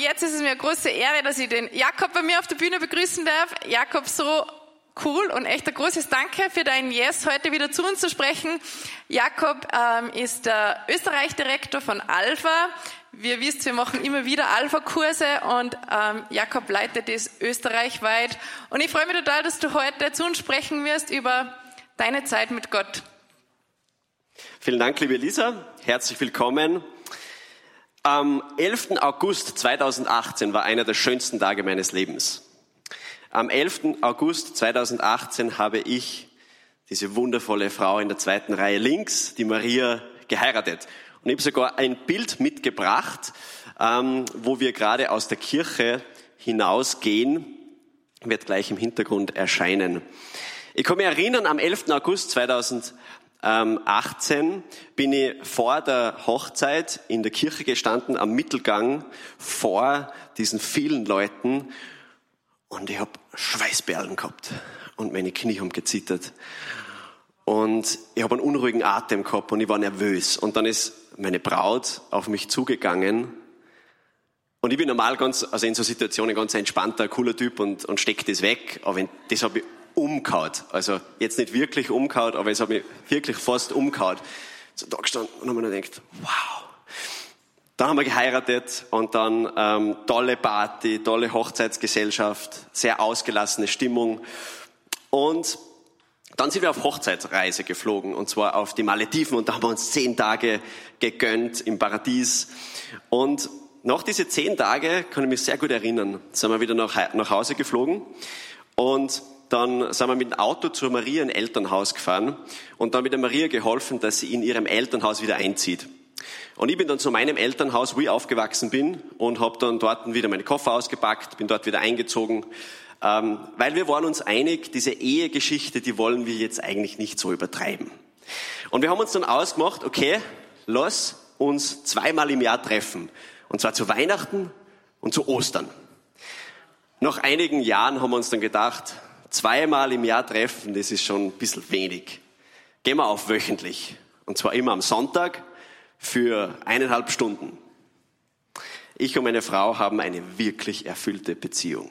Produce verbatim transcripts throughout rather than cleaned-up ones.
jetzt ist es mir eine große Ehre, dass ich den Jakob bei mir auf der Bühne begrüßen darf. Jakob, so cool und echt ein großes Danke für dein Yes, heute wieder zu uns zu sprechen. Jakob ähm, ist der Österreich-Direktor von Alpha. Wir wisst, wir machen immer wieder Alpha-Kurse und ähm, Jakob leitet das österreichweit. Und ich freue mich total, dass du heute zu uns sprechen wirst über deine Zeit mit Gott. Vielen Dank, liebe Lisa. Herzlich willkommen. Am elften August zweitausendachtzehn war einer der schönsten Tage meines Lebens. Am elften August zweitausendachtzehn habe ich diese wundervolle Frau in der zweiten Reihe links, die Maria, geheiratet. Und ich habe sogar ein Bild mitgebracht, ähm, wo wir gerade aus der Kirche hinausgehen, wird gleich im Hintergrund erscheinen. Ich kann mich erinnern, am elften August zweitausendachtzehn bin ich vor der Hochzeit in der Kirche gestanden, am Mittelgang, vor diesen vielen Leuten. Und ich habe Schweißperlen gehabt und meine Knie haben gezittert. Und ich habe einen unruhigen Atem gehabt und ich war nervös. Und dann ist meine Braut auf mich zugegangen. Und ich bin normal ganz, also in so Situationen ganz entspannter, cooler Typ und, und steck das weg. Aber das habe ich umgehauen. Also jetzt nicht wirklich umgehauen, aber es hat mich wirklich fast umgehauen. So da gestanden und habe mir gedacht, wow. Dann haben wir geheiratet und dann ähm, tolle Party, tolle Hochzeitsgesellschaft, sehr ausgelassene Stimmung. Und dann sind wir auf Hochzeitsreise geflogen, und zwar auf die Malediven, und da haben wir uns zehn Tage gegönnt im Paradies. Und nach diesen zehn Tagen kann ich mich sehr gut erinnern, sind wir wieder nach, nach Hause geflogen und dann sind wir mit dem Auto zur Maria in Elternhaus gefahren und dann mit der Maria geholfen, dass sie in ihrem Elternhaus wieder einzieht. Und ich bin dann zu meinem Elternhaus, wo ich aufgewachsen bin, und habe dann dort wieder meine Koffer ausgepackt, bin dort wieder eingezogen, ähm, weil wir waren uns einig, diese Ehegeschichte, die wollen wir jetzt eigentlich nicht so übertreiben. Und wir haben uns dann ausgemacht, okay, lass uns zweimal im Jahr treffen, und zwar zu Weihnachten und zu Ostern. Nach einigen Jahren haben wir uns dann gedacht, zweimal im Jahr treffen, das ist schon ein bisschen wenig. Gehen wir auf wöchentlich. Und zwar immer am Sonntag für eineinhalb Stunden. Ich und meine Frau haben eine wirklich erfüllte Beziehung.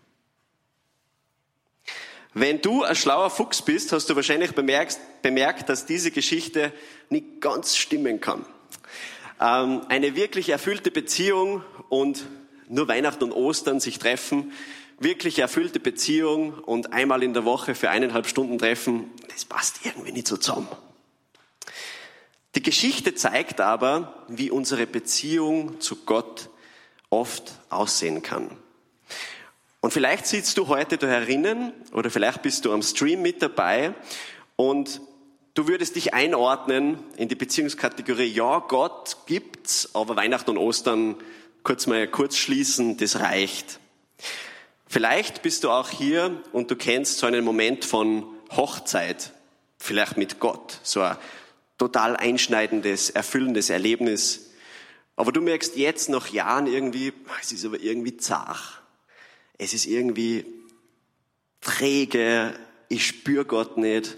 Wenn du ein schlauer Fuchs bist, hast du wahrscheinlich bemerkt, bemerkt, dass diese Geschichte nicht ganz stimmen kann. Ähm, eine wirklich erfüllte Beziehung und nur Weihnachten und Ostern sich treffen, wirklich erfüllte Beziehung und einmal in der Woche für eineinhalb Stunden treffen, das passt irgendwie nicht so zusammen. Die Geschichte zeigt aber, wie unsere Beziehung zu Gott oft aussehen kann. Und vielleicht sitzt du heute da herinnen oder vielleicht bist du am Stream mit dabei und du würdest dich einordnen in die Beziehungskategorie, ja, Gott gibt's, aber Weihnachten und Ostern kurz mal kurz schließen, das reicht. Vielleicht bist du auch hier und du kennst so einen Moment von Hochzeit, vielleicht mit Gott, so ein total einschneidendes, erfüllendes Erlebnis. Aber du merkst jetzt nach Jahren irgendwie, es ist aber irgendwie zart. Es ist irgendwie träge, ich spüre Gott nicht.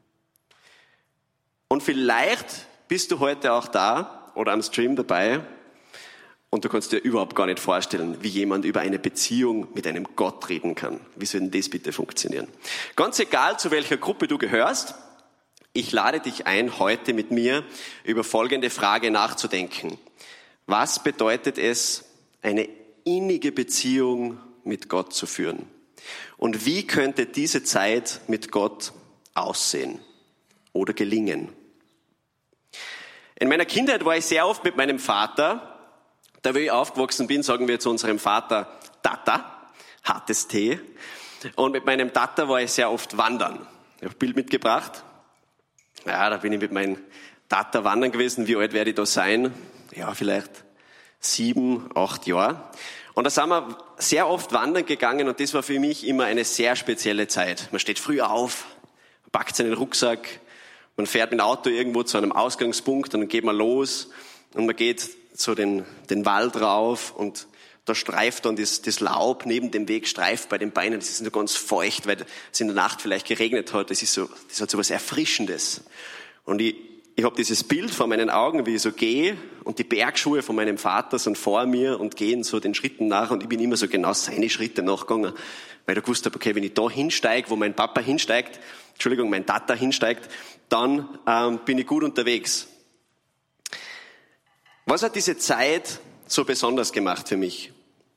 Und vielleicht bist du heute auch da oder am Stream dabei und du kannst dir überhaupt gar nicht vorstellen, wie jemand über eine Beziehung mit einem Gott reden kann. Wie soll denn das bitte funktionieren? Ganz egal, zu welcher Gruppe du gehörst, ich lade dich ein, heute mit mir über folgende Frage nachzudenken. Was bedeutet es, eine innige Beziehung mit Gott zu führen? Und wie könnte diese Zeit mit Gott aussehen oder gelingen? In meiner Kindheit war ich sehr oft mit meinem Vater. Da, wo ich aufgewachsen bin, sagen wir zu unserem Vater Tata, hartes T. Und mit meinem Tata war ich sehr oft wandern. Ich habe ein Bild mitgebracht. Ja, da bin ich mit meinem Tata wandern gewesen. Wie alt werde ich da sein? Ja, vielleicht sieben, acht Jahre. Und da sind wir sehr oft wandern gegangen und das war für mich immer eine sehr spezielle Zeit. Man steht früh auf, packt seinen Rucksack, man fährt mit dem Auto irgendwo zu einem Ausgangspunkt und dann geht man los und man geht so den, den Wald rauf und da streift dann das, das Laub neben dem Weg, streift bei den Beinen. Das ist nur ganz feucht, weil es in der Nacht vielleicht geregnet hat. Das ist so, das hat so was Erfrischendes. Und ich ich habe dieses Bild vor meinen Augen, wie ich so gehe und die Bergschuhe von meinem Vater sind vor mir und gehen so den Schritten nach und ich bin immer so genau seine Schritte nachgegangen, weil ich gewusst habe, okay, wenn ich da hinsteige, wo mein Papa hinsteigt, Entschuldigung, mein Tata hinsteigt, dann ähm, bin ich gut unterwegs. Was hat diese Zeit so besonders gemacht für mich?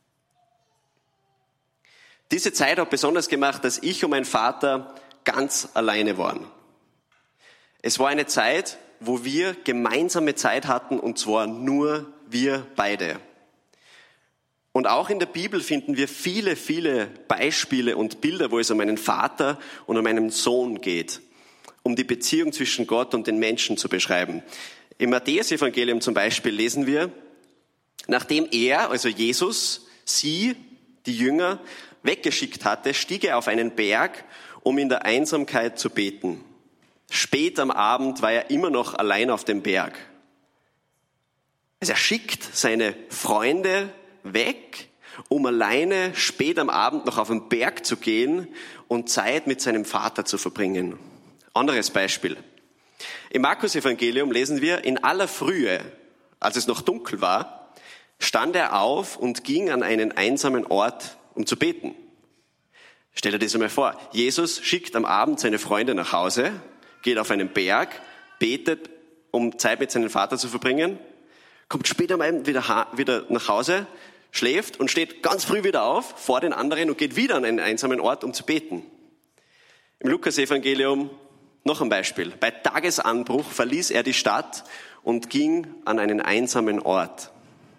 Diese Zeit hat besonders gemacht, dass ich und mein Vater ganz alleine waren. Es war eine Zeit, wo wir gemeinsame Zeit hatten, und zwar nur wir beide. Und auch in der Bibel finden wir viele, viele Beispiele und Bilder, wo es um einen Vater und um einen Sohn geht, um die Beziehung zwischen Gott und den Menschen zu beschreiben. Im Matthäus-Evangelium zum Beispiel lesen wir, nachdem er, also Jesus, sie, die Jünger, weggeschickt hatte, stieg er auf einen Berg, um in der Einsamkeit zu beten. Spät am Abend war er immer noch allein auf dem Berg. Also er schickt seine Freunde weg, um alleine spät am Abend noch auf den Berg zu gehen und Zeit mit seinem Vater zu verbringen. Anderes Beispiel. Im Markus-Evangelium lesen wir, in aller Frühe, als es noch dunkel war, stand er auf und ging an einen einsamen Ort, um zu beten. Stell dir das einmal vor. Jesus schickt am Abend seine Freunde nach Hause, geht auf einen Berg, betet, um Zeit mit seinem Vater zu verbringen, kommt später am Abend wieder, ha- wieder nach Hause, schläft und steht ganz früh wieder auf vor den anderen und geht wieder an einen einsamen Ort, um zu beten. Im Lukas-Evangelium noch ein Beispiel. Bei Tagesanbruch verließ er die Stadt und ging an einen einsamen Ort.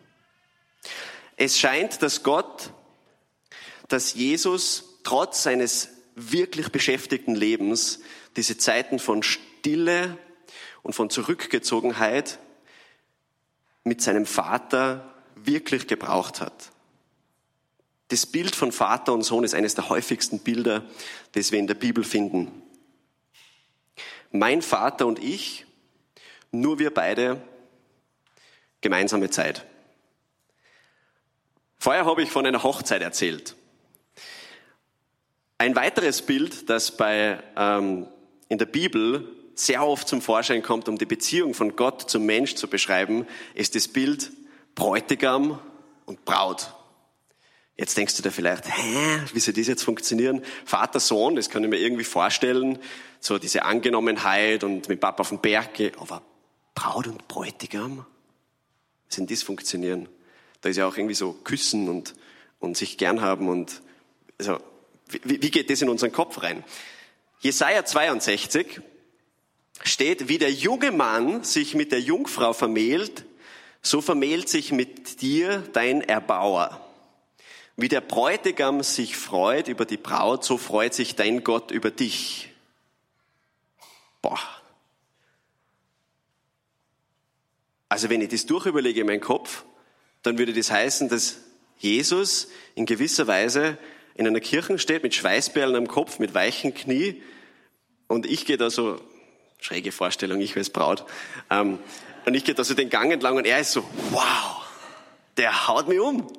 Es scheint, dass Gott, dass Jesus trotz seines wirklich beschäftigten Lebens diese Zeiten von Stille und von Zurückgezogenheit mit seinem Vater wirklich gebraucht hat. Das Bild von Vater und Sohn ist eines der häufigsten Bilder, das wir in der Bibel finden. Mein Vater und ich, nur wir beide, gemeinsame Zeit. Vorher habe ich von einer Hochzeit erzählt. Ein weiteres Bild, das bei, ähm, in der Bibel sehr oft zum Vorschein kommt, um die Beziehung von Gott zum Mensch zu beschreiben, ist das Bild Bräutigam und Braut. Jetzt denkst du dir vielleicht, hä, wie soll das jetzt funktionieren? Vater, Sohn, das kann ich mir irgendwie vorstellen, so diese Angenommenheit und mit Papa auf den Berg gehen, aber Braut und Bräutigam, wie soll das funktionieren? Da ist ja auch irgendwie so Küssen und, und sich gern haben und, also, wie, wie geht das in unseren Kopf rein? Jesaja zweiundsechzig steht, wie der junge Mann sich mit der Jungfrau vermählt, so vermählt sich mit dir dein Erbauer. Wie der Bräutigam sich freut über die Braut, so freut sich dein Gott über dich. Boah. Also wenn ich das durchüberlege in meinem Kopf, dann würde das heißen, dass Jesus in gewisser Weise in einer Kirche steht, mit Schweißperlen am Kopf, mit weichen Knie, und ich gehe da so, schräge Vorstellung, ich als Braut, ähm, und ich gehe da so den Gang entlang und er ist so, wow, der haut mich um.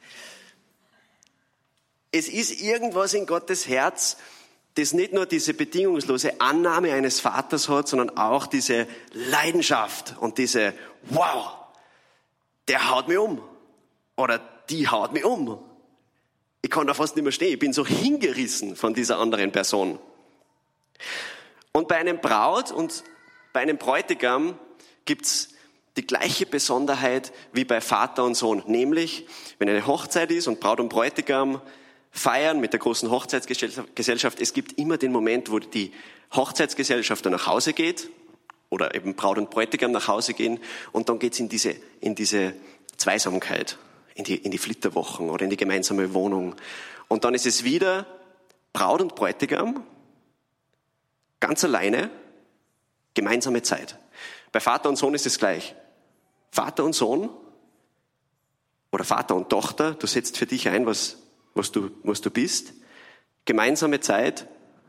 Es ist irgendwas in Gottes Herz, das nicht nur diese bedingungslose Annahme eines Vaters hat, sondern auch diese Leidenschaft und diese, wow, der haut mich um. Oder die haut mich um. Ich kann da fast nicht mehr stehen. Ich bin so hingerissen von dieser anderen Person. Und bei einem Braut und bei einem Bräutigam gibt's die gleiche Besonderheit wie bei Vater und Sohn. Nämlich, wenn eine Hochzeit ist und Braut und Bräutigam feiern mit der großen Hochzeitsgesellschaft, es gibt immer den Moment, wo die Hochzeitsgesellschaft dann nach Hause geht oder eben Braut und Bräutigam nach Hause gehen, und dann geht's in diese, in diese Zweisamkeit, in die, in die Flitterwochen oder in die gemeinsame Wohnung. Und dann ist es wieder Braut und Bräutigam, ganz alleine, gemeinsame Zeit. Bei Vater und Sohn ist es gleich. Vater und Sohn oder Vater und Tochter, du setzt für dich ein, was, was, du, was du bist, gemeinsame Zeit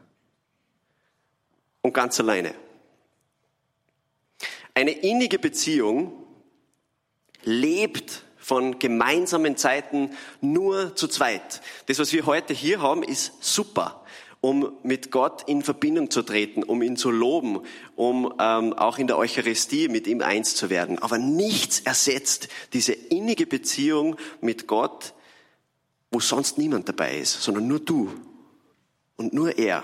und ganz alleine. Eine innige Beziehung lebt von gemeinsamen Zeiten nur zu zweit. Das, was wir heute hier haben, ist super. um mit Gott in Verbindung zu treten, um ihn zu loben, um ähm, auch in der Eucharistie mit ihm eins zu werden. Aber nichts ersetzt diese innige Beziehung mit Gott, wo sonst niemand dabei ist, sondern nur du und nur er.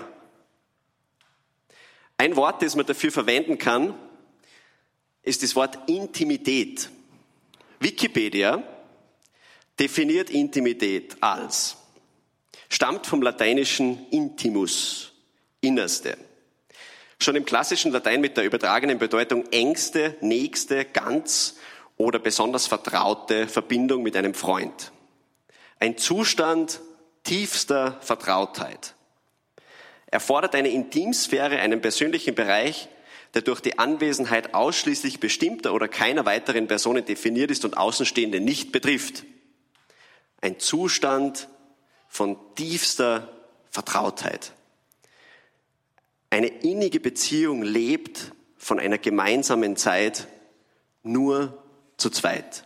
Ein Wort, das man dafür verwenden kann, ist das Wort Intimität. Wikipedia definiert Intimität als, stammt vom lateinischen intimus, Innerste. Schon im klassischen Latein mit der übertragenen Bedeutung engste, nächste, ganz oder besonders vertraute Verbindung mit einem Freund. Ein Zustand tiefster Vertrautheit. Er fordert eine Intimsphäre, einen persönlichen Bereich, der durch die Anwesenheit ausschließlich bestimmter oder keiner weiteren Personen definiert ist und Außenstehende nicht betrifft. Ein Zustand von tiefster Vertrautheit. Eine innige Beziehung lebt von einer gemeinsamen Zeit nur zu zweit.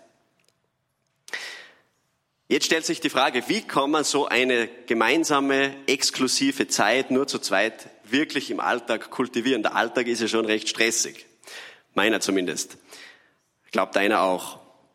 Jetzt stellt sich die Frage, wie kann man so eine gemeinsame, exklusive Zeit nur zu zweit wirklich im Alltag kultivieren? Der Alltag ist ja schon recht stressig. Meiner zumindest. Glaubt einer auch.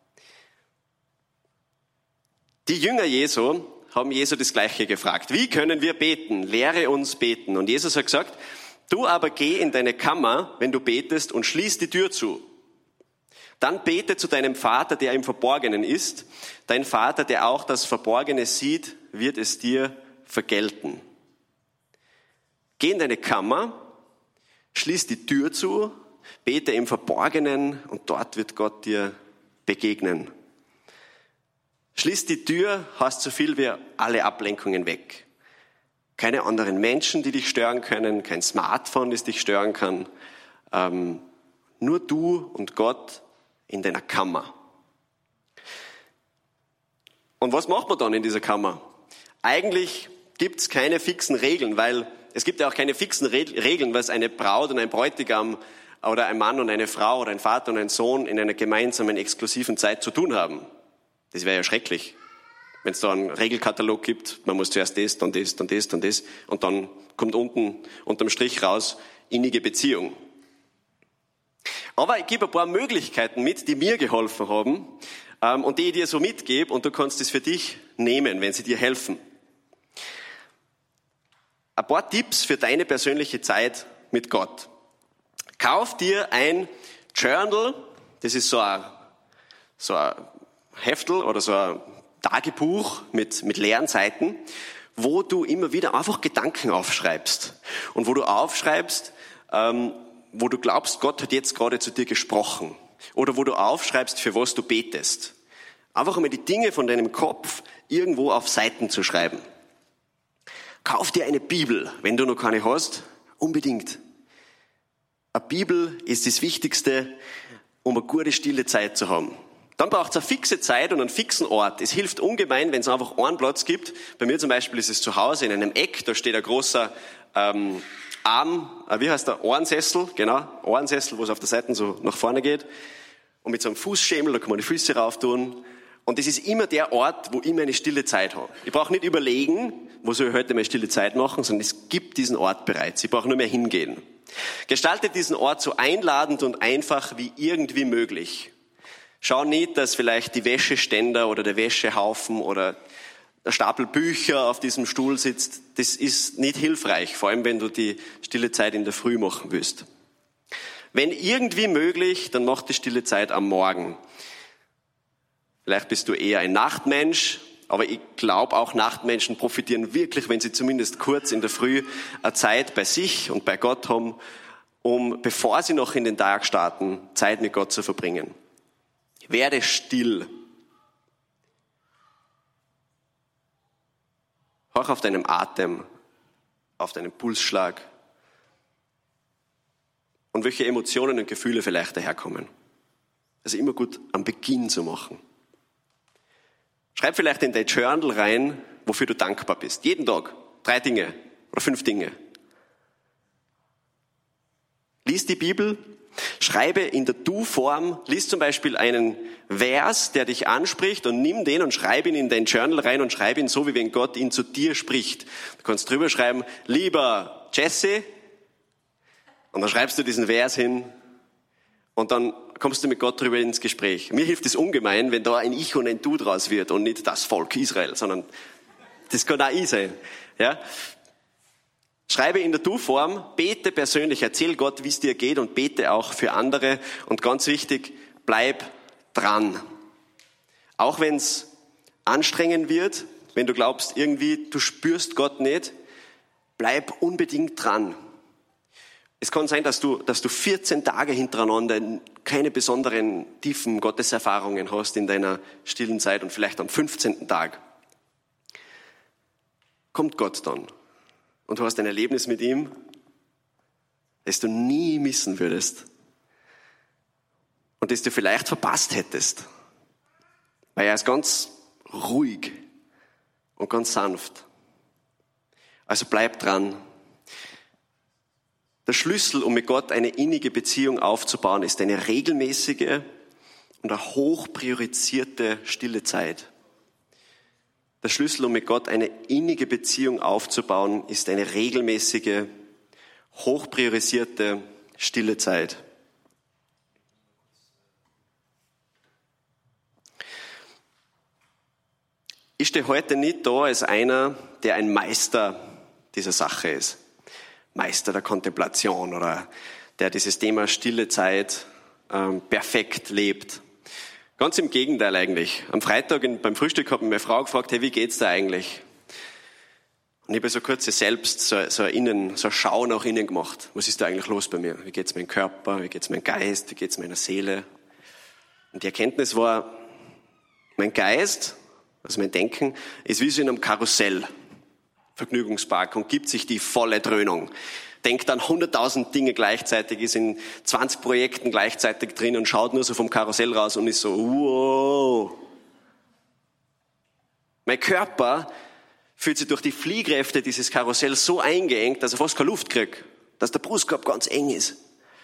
Die Jünger Jesu haben Jesu das Gleiche gefragt. Wie können wir beten? Lehre uns beten. Und Jesus hat gesagt, du aber geh in deine Kammer, wenn du betest, und schließ die Tür zu. Dann bete zu deinem Vater, der im Verborgenen ist. Dein Vater, der auch das Verborgene sieht, wird es dir vergelten. Geh in deine Kammer, schließ die Tür zu, bete im Verborgenen und dort wird Gott dir begegnen. Schließ die Tür, hast so viel wie alle Ablenkungen weg. Keine anderen Menschen, die dich stören können, kein Smartphone, das dich stören kann. Ähm, nur du und Gott in deiner Kammer. Und was macht man dann in dieser Kammer? Eigentlich gibt es keine fixen Regeln, weil es gibt ja auch keine fixen Regeln, was eine Braut und ein Bräutigam oder ein Mann und eine Frau oder ein Vater und ein Sohn in einer gemeinsamen, exklusiven Zeit zu tun haben. Das wäre ja schrecklich, wenn es da einen Regelkatalog gibt, man muss zuerst das, dann das, dann das, dann das und dann kommt unten unterm Strich raus, innige Beziehung. Aber ich gebe ein paar Möglichkeiten mit, die mir geholfen haben ähm, und die ich dir so mitgebe und du kannst es für dich nehmen, wenn sie dir helfen. Ein paar Tipps für deine persönliche Zeit mit Gott. Kauf dir ein Journal, das ist so ein, so ein Heftel oder so ein Tagebuch mit, mit leeren Seiten, wo du immer wieder einfach Gedanken aufschreibst und wo du aufschreibst, ähm, wo du glaubst, Gott hat jetzt gerade zu dir gesprochen oder wo du aufschreibst, für was du betest. Einfach einmal die Dinge von deinem Kopf irgendwo auf Seiten zu schreiben. Kauf dir eine Bibel, wenn du noch keine hast, unbedingt. Eine Bibel ist das Wichtigste, um eine gute, stille Zeit zu haben. Dann braucht es eine fixe Zeit und einen fixen Ort. Es hilft ungemein, wenn es einfach einen Platz gibt. Bei mir zum Beispiel ist es zu Hause in einem Eck, da steht ein großer ähm, Arm, äh, wie heißt der, Ohrensessel, genau, Ohrensessel, wo es auf der Seite so nach vorne geht. Und mit so einem Fußschemel, da kann man die Füße rauf tun. Und das ist immer der Ort, wo ich meine stille Zeit habe. Ich brauche nicht überlegen, wo soll ich heute meine stille Zeit machen, sondern es gibt diesen Ort bereits. Ich brauche nur mehr hingehen. Gestaltet diesen Ort so einladend und einfach wie irgendwie möglich. Schau nicht, dass vielleicht die Wäscheständer oder der Wäschehaufen oder der Stapel Bücher auf diesem Stuhl sitzt. Das ist nicht hilfreich, vor allem wenn du die stille Zeit in der Früh machen willst. Wenn irgendwie möglich, dann mach die stille Zeit am Morgen. Vielleicht bist du eher ein Nachtmensch, aber ich glaube auch Nachtmenschen profitieren wirklich, wenn sie zumindest kurz in der Früh eine Zeit bei sich und bei Gott haben, um, bevor sie noch in den Tag starten, Zeit mit Gott zu verbringen. Werde still. Horch auf deinem Atem, auf deinen Pulsschlag und welche Emotionen und Gefühle vielleicht daherkommen. Also immer gut am Beginn zu machen. Schreib vielleicht in dein Journal rein, wofür du dankbar bist. Jeden Tag. Drei Dinge oder fünf Dinge. Lies die Bibel. Schreibe in der Du-Form, lies zum Beispiel einen Vers, der dich anspricht und nimm den und schreib ihn in dein Journal rein und schreib ihn so, wie wenn Gott ihn zu dir spricht. Du kannst drüber schreiben, lieber Jesse, und dann schreibst du diesen Vers hin und dann kommst du mit Gott drüber ins Gespräch. Mir hilft es ungemein, wenn da ein Ich und ein Du draus wird und nicht das Volk Israel, sondern das kann auch ich sein. Ja? Schreibe in der Du-Form, bete persönlich, erzähl Gott, wie es dir geht und bete auch für andere. Und ganz wichtig, bleib dran. Auch wenn es anstrengend wird, wenn du glaubst, irgendwie du spürst Gott nicht, bleib unbedingt dran. Es kann sein, dass du, dass du vierzehn Tage hintereinander keine besonderen tiefen Gotteserfahrungen hast in deiner stillen Zeit und vielleicht am fünfzehnten Tag kommt Gott dann. Und du hast ein Erlebnis mit ihm, das du nie missen würdest. Und das du vielleicht verpasst hättest. Weil er ist ganz ruhig und ganz sanft. Also bleib dran. Der Schlüssel, um mit Gott eine innige Beziehung aufzubauen, ist eine regelmäßige und eine hoch priorisierte stille Zeit. Der Schlüssel, um mit Gott eine innige Beziehung aufzubauen, ist eine regelmäßige, hoch priorisierte, stille Zeit. Ich stehe heute nicht da als einer, der ein Meister dieser Sache ist. Meister der Kontemplation oder der dieses Thema stille Zeit ähm, perfekt lebt. Ganz im Gegenteil eigentlich. Am Freitag in, beim Frühstück hat mich meine Frau gefragt, hey, wie geht's da eigentlich? Und ich habe so kurz selbst so, so, innen, so eine Schau nach innen gemacht. Was ist da eigentlich los bei mir? Wie geht's meinem Körper? Wie geht's meinem Geist? Wie geht's meiner Seele? Und die Erkenntnis war, mein Geist, also mein Denken, ist wie so in einem Karussell, Vergnügungspark, und gibt sich die volle Dröhnung. Denkt an hunderttausend Dinge gleichzeitig, ist in zwanzig Projekten gleichzeitig drin und schaut nur so vom Karussell raus und ist so, wow. Mein Körper fühlt sich durch die Fliehkräfte dieses Karussells so eingeengt, dass er fast keine Luft kriegt, dass der Brustkorb ganz eng ist.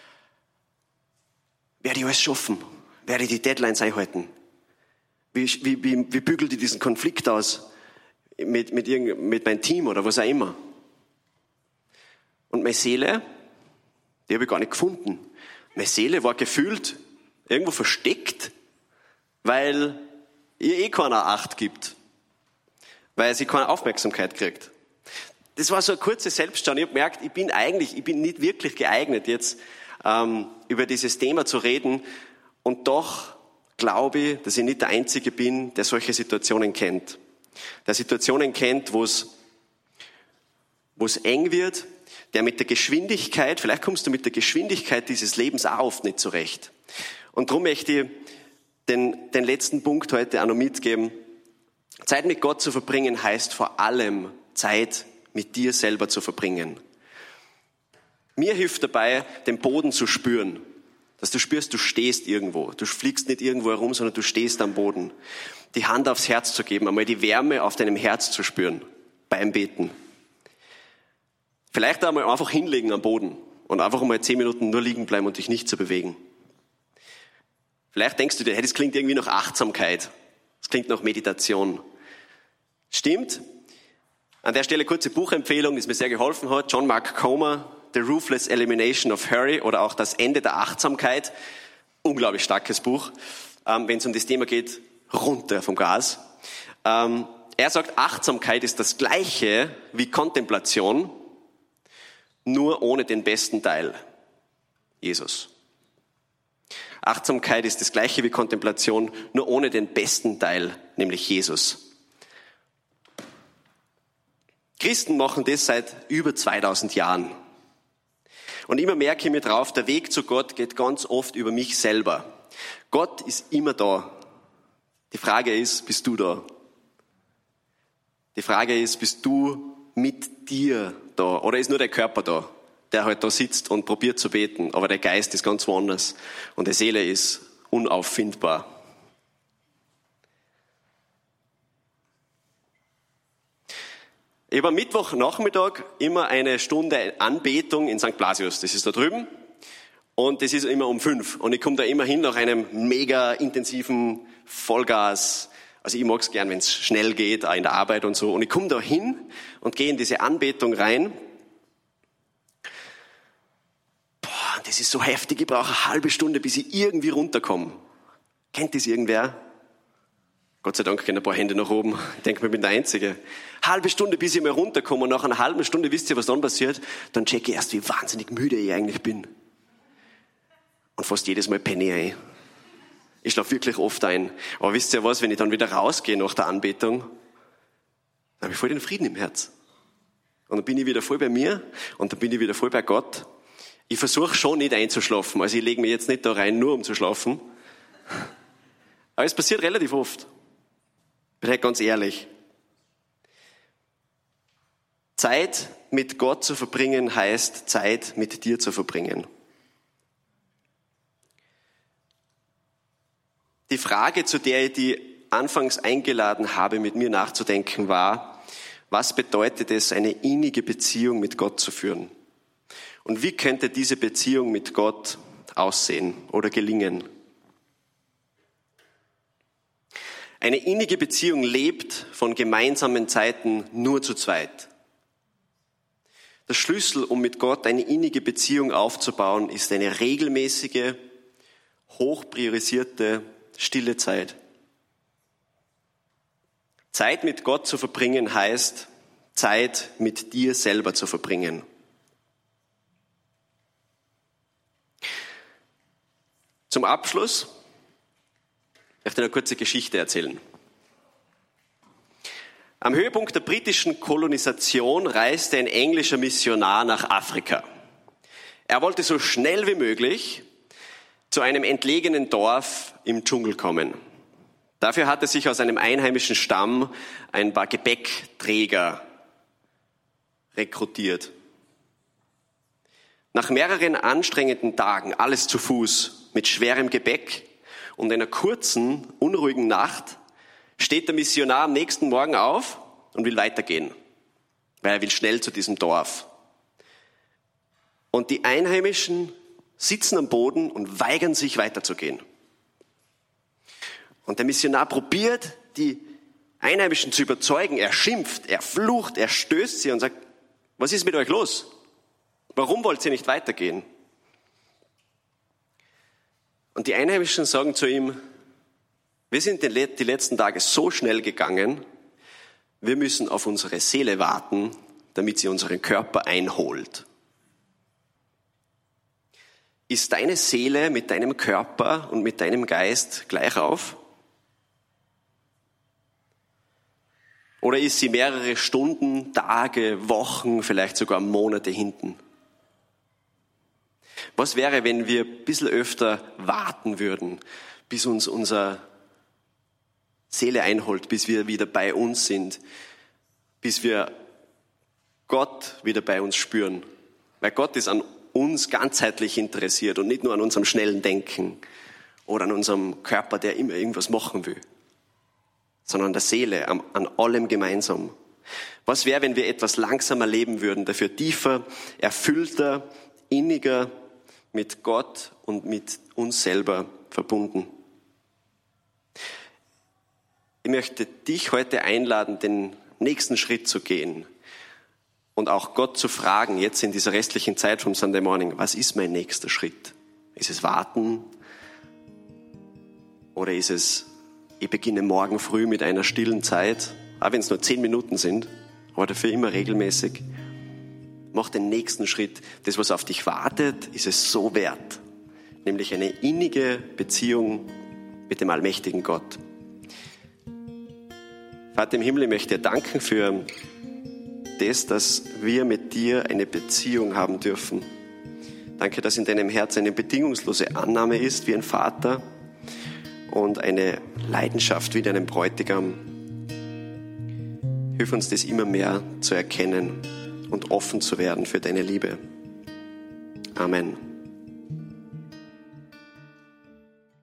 Werde ich alles schaffen? Werde ich die Deadlines einhalten? Wie, wie, wie, wie bügelt ich diesen Konflikt aus mit, mit, irgend, mit meinem Team oder was auch immer? Und meine Seele, die habe ich gar nicht gefunden. Meine Seele war gefühlt irgendwo versteckt, weil ihr eh keiner Acht gibt. Weil sie keine Aufmerksamkeit kriegt. Das war so eine kurze Selbstschau. Ich habe gemerkt, ich bin eigentlich, ich bin nicht wirklich geeignet, jetzt ähm, über dieses Thema zu reden. Und doch glaube ich, dass ich nicht der Einzige bin, der solche Situationen kennt. Der Situationen kennt, wo es, wo es eng wird, der mit der Geschwindigkeit, vielleicht kommst du mit der Geschwindigkeit dieses Lebens auch oft nicht zurecht. Und darum möchte ich den, den letzten Punkt heute auch noch mitgeben. Zeit mit Gott zu verbringen heißt vor allem Zeit mit dir selber zu verbringen. Mir hilft dabei, den Boden zu spüren. Dass du spürst, du stehst irgendwo. Du fliegst nicht irgendwo herum, sondern du stehst am Boden. Die Hand aufs Herz zu geben, einmal die Wärme auf deinem Herz zu spüren beim Beten. Vielleicht einmal einfach hinlegen am Boden und einfach einmal zehn Minuten nur liegen bleiben und dich nicht zu bewegen. Vielleicht denkst du dir, hey, das klingt irgendwie nach Achtsamkeit. Das klingt nach Meditation. Stimmt. An der Stelle kurze Buchempfehlung, die mir sehr geholfen hat. John Mark Comer, The Ruthless Elimination of Hurry oder auch Das Ende der Achtsamkeit. Unglaublich starkes Buch, ähm, wenn es um das Thema geht, runter vom Gas. Ähm, er sagt, Achtsamkeit ist das Gleiche wie Kontemplation, nur ohne den besten Teil, Jesus. Achtsamkeit ist das Gleiche wie Kontemplation, nur ohne den besten Teil, nämlich Jesus. Christen machen das seit über zweitausend Jahren. Und immer merke ich mir drauf, der Weg zu Gott geht ganz oft über mich selber. Gott ist immer da. Die Frage ist, bist du da? Die Frage ist, bist du mit dir da? Oder ist nur der Körper da, der halt da sitzt und probiert zu beten, aber der Geist ist ganz woanders und die Seele ist unauffindbar. Ich habe am Mittwochnachmittag immer eine Stunde Anbetung in Sankt Blasius. Das ist da drüben. Und das ist immer um fünf. Und ich komme da immer hin nach einem mega intensiven Vollgas. Also ich mag es gern, wenn es schnell geht, auch in der Arbeit und so. Und ich komme da hin und gehe in diese Anbetung rein. Boah, das ist so heftig. Ich brauche eine halbe Stunde, bis ich irgendwie runterkomme. Kennt das irgendwer? Gott sei Dank gehen ein paar Hände nach oben. Ich denke, ich bin der Einzige. Halbe Stunde, bis ich mal runterkomme. Und nach einer halben Stunde, wisst ihr, was dann passiert? Dann checke ich erst, wie wahnsinnig müde ich eigentlich bin. Und fast jedes Mal penne ich ein. Ich schlafe wirklich oft ein. Aber wisst ihr was, wenn ich dann wieder rausgehe nach der Anbetung, dann habe ich voll den Frieden im Herz. Und dann bin ich wieder voll bei mir und dann bin ich wieder voll bei Gott. Ich versuche schon nicht einzuschlafen. Also ich lege mich jetzt nicht da rein, nur um zu schlafen. Aber es passiert relativ oft. Bin halt ganz ehrlich. Zeit mit Gott zu verbringen heißt Zeit mit dir zu verbringen. Die Frage, zu der ich die anfangs eingeladen habe, mit mir nachzudenken, war, was bedeutet es, eine innige Beziehung mit Gott zu führen? Und wie könnte diese Beziehung mit Gott aussehen oder gelingen? Eine innige Beziehung lebt von gemeinsamen Zeiten nur zu zweit. Der Schlüssel, um mit Gott eine innige Beziehung aufzubauen, ist eine regelmäßige, hoch priorisierte stille Zeit. Zeit mit Gott zu verbringen heißt, Zeit mit dir selber zu verbringen. Zum Abschluss möchte ich eine kurze Geschichte erzählen. Am Höhepunkt der britischen Kolonisation reiste ein englischer Missionar nach Afrika. Er wollte so schnell wie möglich zu einem entlegenen Dorf im Dschungel kommen. Dafür hat er sich aus einem einheimischen Stamm ein paar Gepäckträger rekrutiert. Nach mehreren anstrengenden Tagen, alles zu Fuß, mit schwerem Gepäck und einer kurzen, unruhigen Nacht, steht der Missionar am nächsten Morgen auf und will weitergehen, weil er will schnell zu diesem Dorf. Und die Einheimischen sitzen am Boden und weigern sich weiterzugehen. Und der Missionar probiert, die Einheimischen zu überzeugen. Er schimpft, er flucht, er stößt sie und sagt, was ist mit euch los? Warum wollt ihr nicht weitergehen? Und die Einheimischen sagen zu ihm, wir sind die letzten Tage so schnell gegangen, wir müssen auf unsere Seele warten, damit sie unseren Körper einholt. Ist deine Seele mit deinem Körper und mit deinem Geist gleich auf? Oder ist sie mehrere Stunden, Tage, Wochen, vielleicht sogar Monate hinten? Was wäre, wenn wir ein bisschen öfter warten würden, bis uns unsere Seele einholt, bis wir wieder bei uns sind, bis wir Gott wieder bei uns spüren? Weil Gott ist an uns ganzheitlich interessiert und nicht nur an unserem schnellen Denken oder an unserem Körper, der immer irgendwas machen will, sondern an der Seele, an, an allem gemeinsam. Was wäre, wenn wir etwas langsamer leben würden, dafür tiefer, erfüllter, inniger mit Gott und mit uns selber verbunden? Ich möchte dich heute einladen, den nächsten Schritt zu gehen. Und auch Gott zu fragen, jetzt in dieser restlichen Zeit vom Sunday Morning, was ist mein nächster Schritt? Ist es warten? Oder ist es, ich beginne morgen früh mit einer stillen Zeit, auch wenn es nur zehn Minuten sind, aber dafür immer regelmäßig. Mach den nächsten Schritt. Das, was auf dich wartet, ist es so wert. Nämlich eine innige Beziehung mit dem allmächtigen Gott. Vater im Himmel, ich möchte dir danken für das, dass wir mit dir eine Beziehung haben dürfen. Danke, dass in deinem Herz eine bedingungslose Annahme ist, wie ein Vater, und eine Leidenschaft wie deinem Bräutigam. Hilf uns, das immer mehr zu erkennen und offen zu werden für deine Liebe. Amen.